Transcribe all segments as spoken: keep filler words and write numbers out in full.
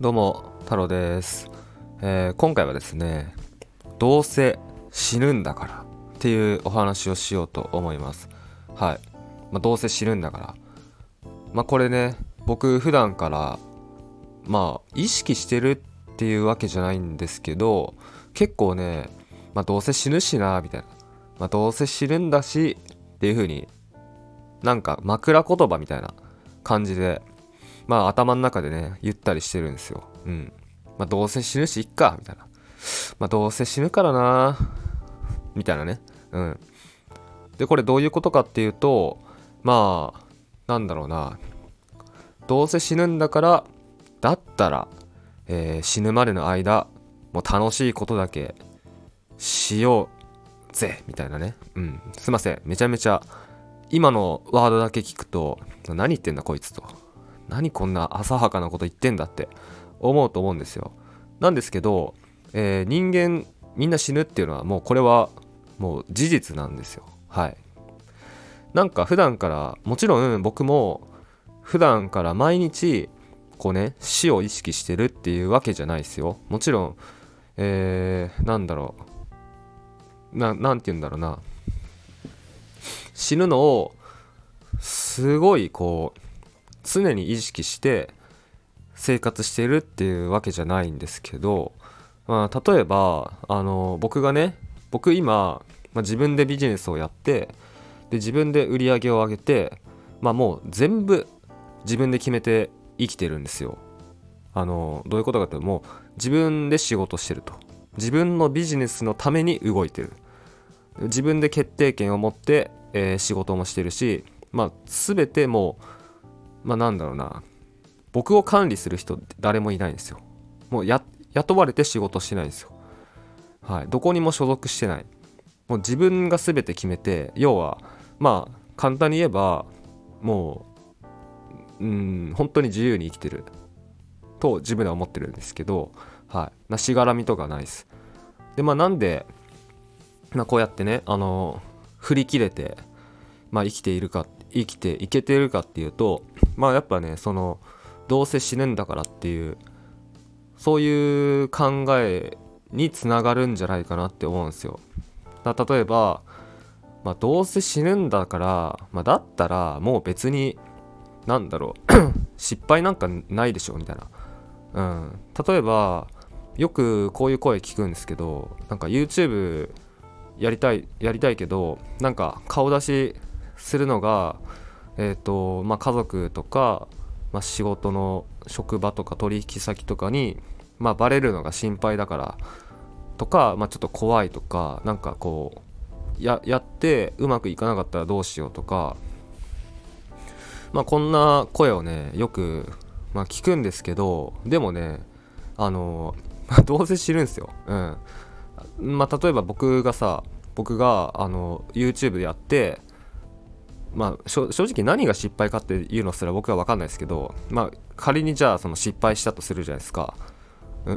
どうも太郎です、えー、今回はですねどうせ死ぬんだからっていうお話をしようと思います。はい、まあ、どうせ死ぬんだからまあこれね僕普段からまあ意識してるっていうわけじゃないんですけど結構ね、まあ、どうせ死ぬしなみたいな、まあ、どうせ死ぬんだしっていう風になんか枕言葉みたいな感じでまあ頭の中でね言ったりしてるんですよ。うん。まあどうせ死ぬしいっかみたいな。まあどうせ死ぬからなみたいなね。うん。でこれどういうことかっていうとまあなんだろうなどうせ死ぬんだからだったら、えー死ぬまでの間もう楽しいことだけしようぜみたいなね。うん。すいません。めちゃめちゃ今のワードだけ聞くと何言ってんだこいつと。何こんな浅はかなこと言ってんだって思うと思うんですよ。なんですけど、えー人間みんな死ぬっていうのはもうこれはもう事実なんですよ。はい。なんか普段からもちろん僕も普段から毎日こうね死を意識してるっていうわけじゃないですよ。もちろん、えー、なんだろうな、なんて言うんだろうな、死ぬのをすごいこう常に意識して生活しているっていうわけじゃないんですけど、まあ、例えばあの僕がね僕今、まあ、自分でビジネスをやってで自分で売り上げを上げて、まあ、もう全部自分で決めて生きてるんですよ。あのどういうことかというともう自分で仕事してると自分のビジネスのために動いてる自分で決定権を持って、えー仕事もしてるし、まあ、全てもうまあなんだろうな僕を管理する人って誰もいないんですよ。もうや雇われて仕事してないんですよ。はい、どこにも所属してない。もう自分が全て決めて、要はまあ簡単に言えばもううん本当に自由に生きてると自分では思ってるんですけど、はい、なしがらみとかないです。でまあなんで、まあ、こうやってねあの振り切れて、まあ、生きているか生きていけているかっていうとまあやっぱねそのどうせ死ぬんだからっていうそういう考えにつながるんじゃないかなって思うんですよ。だ例えば、まあ、どうせ死ぬんだから、まあ、だったらもう別になんだろう失敗なんかないでしょみたいな、うん、例えばよくこういう声聞くんですけどなんか YouTube やりたいやりたいけどなんか顔出しするのがえっ、とまあ家族とか、まあ、仕事の職場とか取引先とかにまあバレるのが心配だからとか、まあ、ちょっと怖いとかなんかこうややってうまくいかなかったらどうしようとか、まあこんな声をねよく、まあ、聞くんですけどでもねあのどうせ知るんですよ。うんまあ例えば僕がさ僕があの YouTube でやってまあ正直何が失敗かっていうのすら僕は分かんないですけどまあ仮にじゃあその失敗したとするじゃないですか。うん、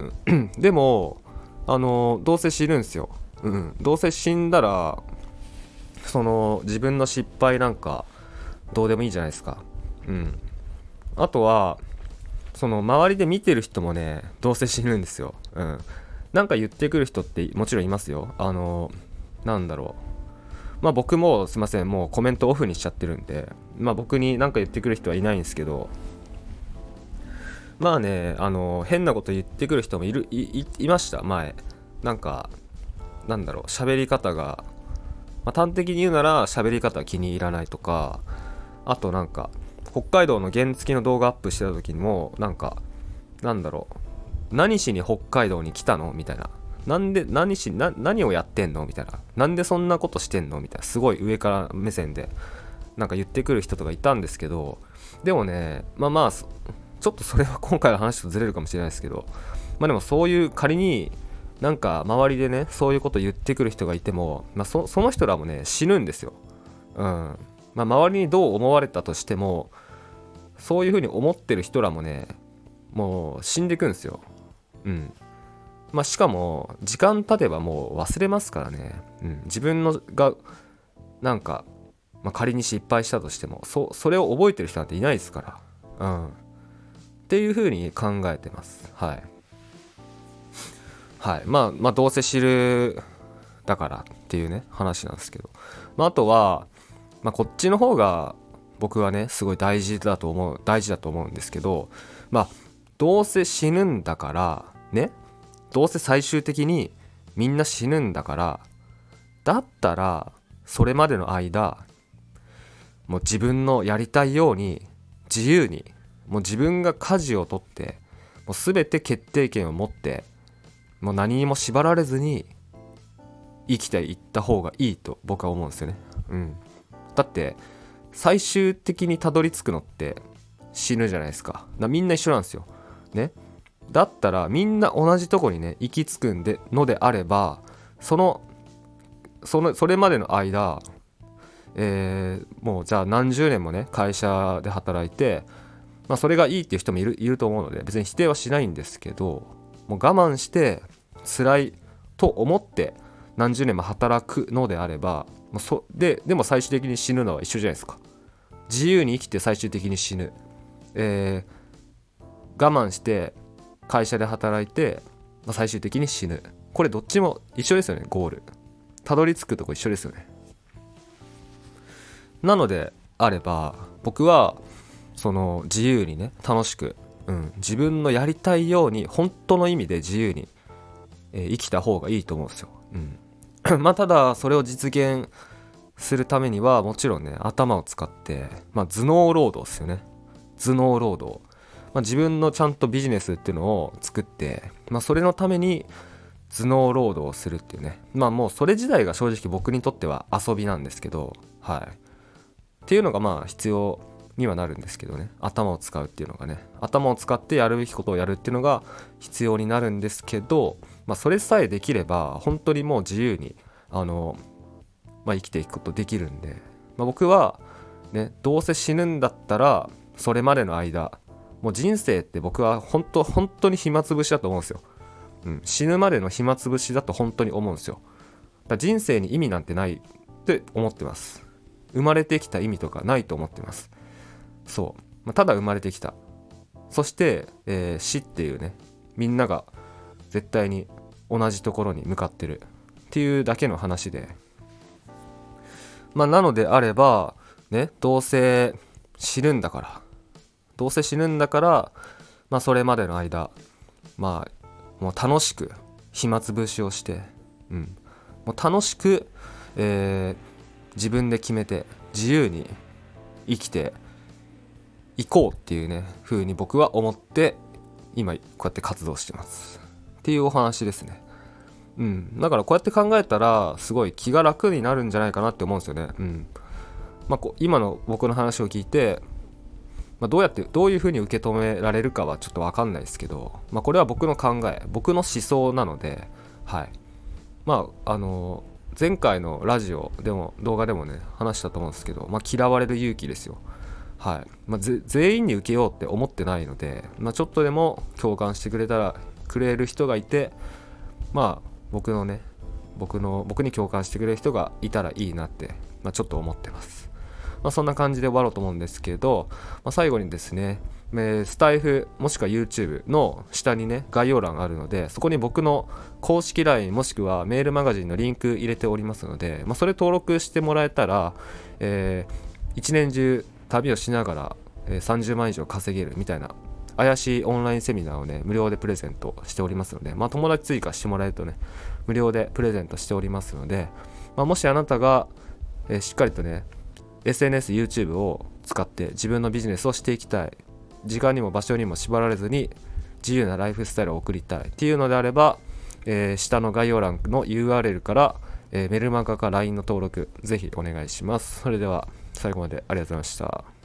でもあのどうせ死ぬんですよ。うん、どうせ死んだらその自分の失敗なんかどうでもいいじゃないですか。うん、あとはその周りで見てる人もねどうせ死ぬんですよ。うん、なんか言ってくる人ってもちろんいますよ。あのなんだろうまあ僕もすいませんもうコメントオフにしちゃってるんでまあ僕に何か言ってくる人はいないんですけどまあねあの変なこと言ってくる人もいる い, い, いました前。なんかなんだろう喋り方が、まあ、端的に言うなら喋り方が気に入らないとかあとなんか北海道の原付の動画アップしてた時にもなんかなんだろう何しに北海道に来たのみたいななんで何しな何をやってんのみたいななんでそんなことしてんのみたいなすごい上から目線でなんか言ってくる人とかいたんですけどでもねまあまあちょっとそれは今回の話とずれるかもしれないですけどまあでもそういう仮になんか周りでねそういうこと言ってくる人がいても、まあ、そ, その人らもね死ぬんですよ。うんまあ、周りにどう思われたとしてもそういう風に思ってる人らもねもう死んでいくんですよ。うんまあ、しかも時間経てばもう忘れますからね、うん、自分のがなんか、まあ、仮に失敗したとしても そ, それを覚えてる人なんていないですから、うん、 っていう風に考えてます。はいはい。まあまあどうせ知るだからっていうね話なんですけど、まあ、あとは、まあ、こっちの方が僕はねすごい大事だと思う大事だと思うんですけど、まあどうせ死ぬんだからね、どうせ最終的にみんな死ぬんだから、だったらそれまでの間もう自分のやりたいように自由に、もう自分が舵を取ってもう全て決定権を持って、もう何にも縛られずに生きていった方がいいと僕は思うんですよね。うん。だって最終的にたどり着くのって死ぬじゃないですか。だみんな一緒なんですよ。ね。だったらみんな同じとこにね行き着くんでのであれば、そのそのそれまでの間、えー、もうじゃあ何十年もね会社で働いて、まあそれがいいっていう人もいるいると思うので別に否定はしないんですけど、もう我慢して辛いと思って何十年も働くのであれば、もうそででも最終的に死ぬのは一緒じゃないですか。自由に生きて最終的に死ぬ、えー、我慢して会社で働いて、まあ、最終的に死ぬ。これどっちも一緒ですよね。ゴールたどり着くとこ一緒ですよね。なのであれば僕はその自由にね楽しく、うん、自分のやりたいように本当の意味で自由に、えー、生きた方がいいと思うんですよ。うん、まあただそれを実現するためにはもちろんね頭を使って、まあ、頭脳労働ですよね。頭脳労働、まあ、自分のちゃんとビジネスっていうのを作って、まあ、それのために頭脳労働をするっていうね、まあもうそれ自体が正直僕にとっては遊びなんですけど、はいっていうのがまあ必要にはなるんですけどね、頭を使うっていうのがね、頭を使ってやるべきことをやるっていうのが必要になるんですけど、まあそれさえできれば本当にもう自由にあの、まあ、生きていくことできるんで、まあ、僕はねどうせ死ぬんだったらそれまでの間、もう人生って僕は本当本当に暇つぶしだと思うんですよ。うん、死ぬまでの暇つぶしだと本当に思うんですよ。だから人生に意味なんてないって思ってます。生まれてきた意味とかないと思ってます。そう、まあ、ただ生まれてきた、そして、えー、死っていうね、みんなが絶対に同じところに向かってるっていうだけの話で、まあなのであればね、どうせ死ぬんだからどうせ死ぬんだからまあそれまでの間、まあもう楽しく暇つぶしをして、うん、もう楽しく、えー、自分で決めて自由に生きていこうっていうね風に僕は思って今こうやって活動してますっていうお話ですね。うん、だからこうやって考えたらすごい気が楽になるんじゃないかなって思うんですよね。うん、まあこう今の僕の話を聞いて、まあ、どうやってどういう風に受け止められるかはちょっと分かんないですけど、まあ、これは僕の考え僕の思想なので、はい、まああの前回のラジオでも動画でもね話したと思うんですけど、まあ、嫌われる勇気ですよ。はい、まあ、全員に受けようって思ってないので、まあ、ちょっとでも共感してくれたらくれる人がいて、まあ僕のね僕の僕に共感してくれる人がいたらいいなって、まあ、ちょっと思ってます。まあ、そんな感じで終わろうと思うんですけど、まあ、最後にですね、スタイフもしくは YouTube の下にね概要欄あるので、そこに僕の公式 ライン もしくはメールマガジンのリンク入れておりますので、まあ、それ登録してもらえたら、えー、一年中旅をしながら、えー、さんじゅうまん以上稼げるみたいな怪しいオンラインセミナーをね無料でプレゼントしておりますので、まあ、友達追加してもらえるとね無料でプレゼントしておりますので、まあ、もしあなたが、えー、しっかりとね エスエヌエス、YouTube を使って自分のビジネスをしていきたい、時間にも場所にも縛られずに自由なライフスタイルを送りたいっていうのであれば、えー、下の概要欄の ユーアールエル から、えー、メルマガか ライン の登録ぜひお願いします。それでは最後までありがとうございました。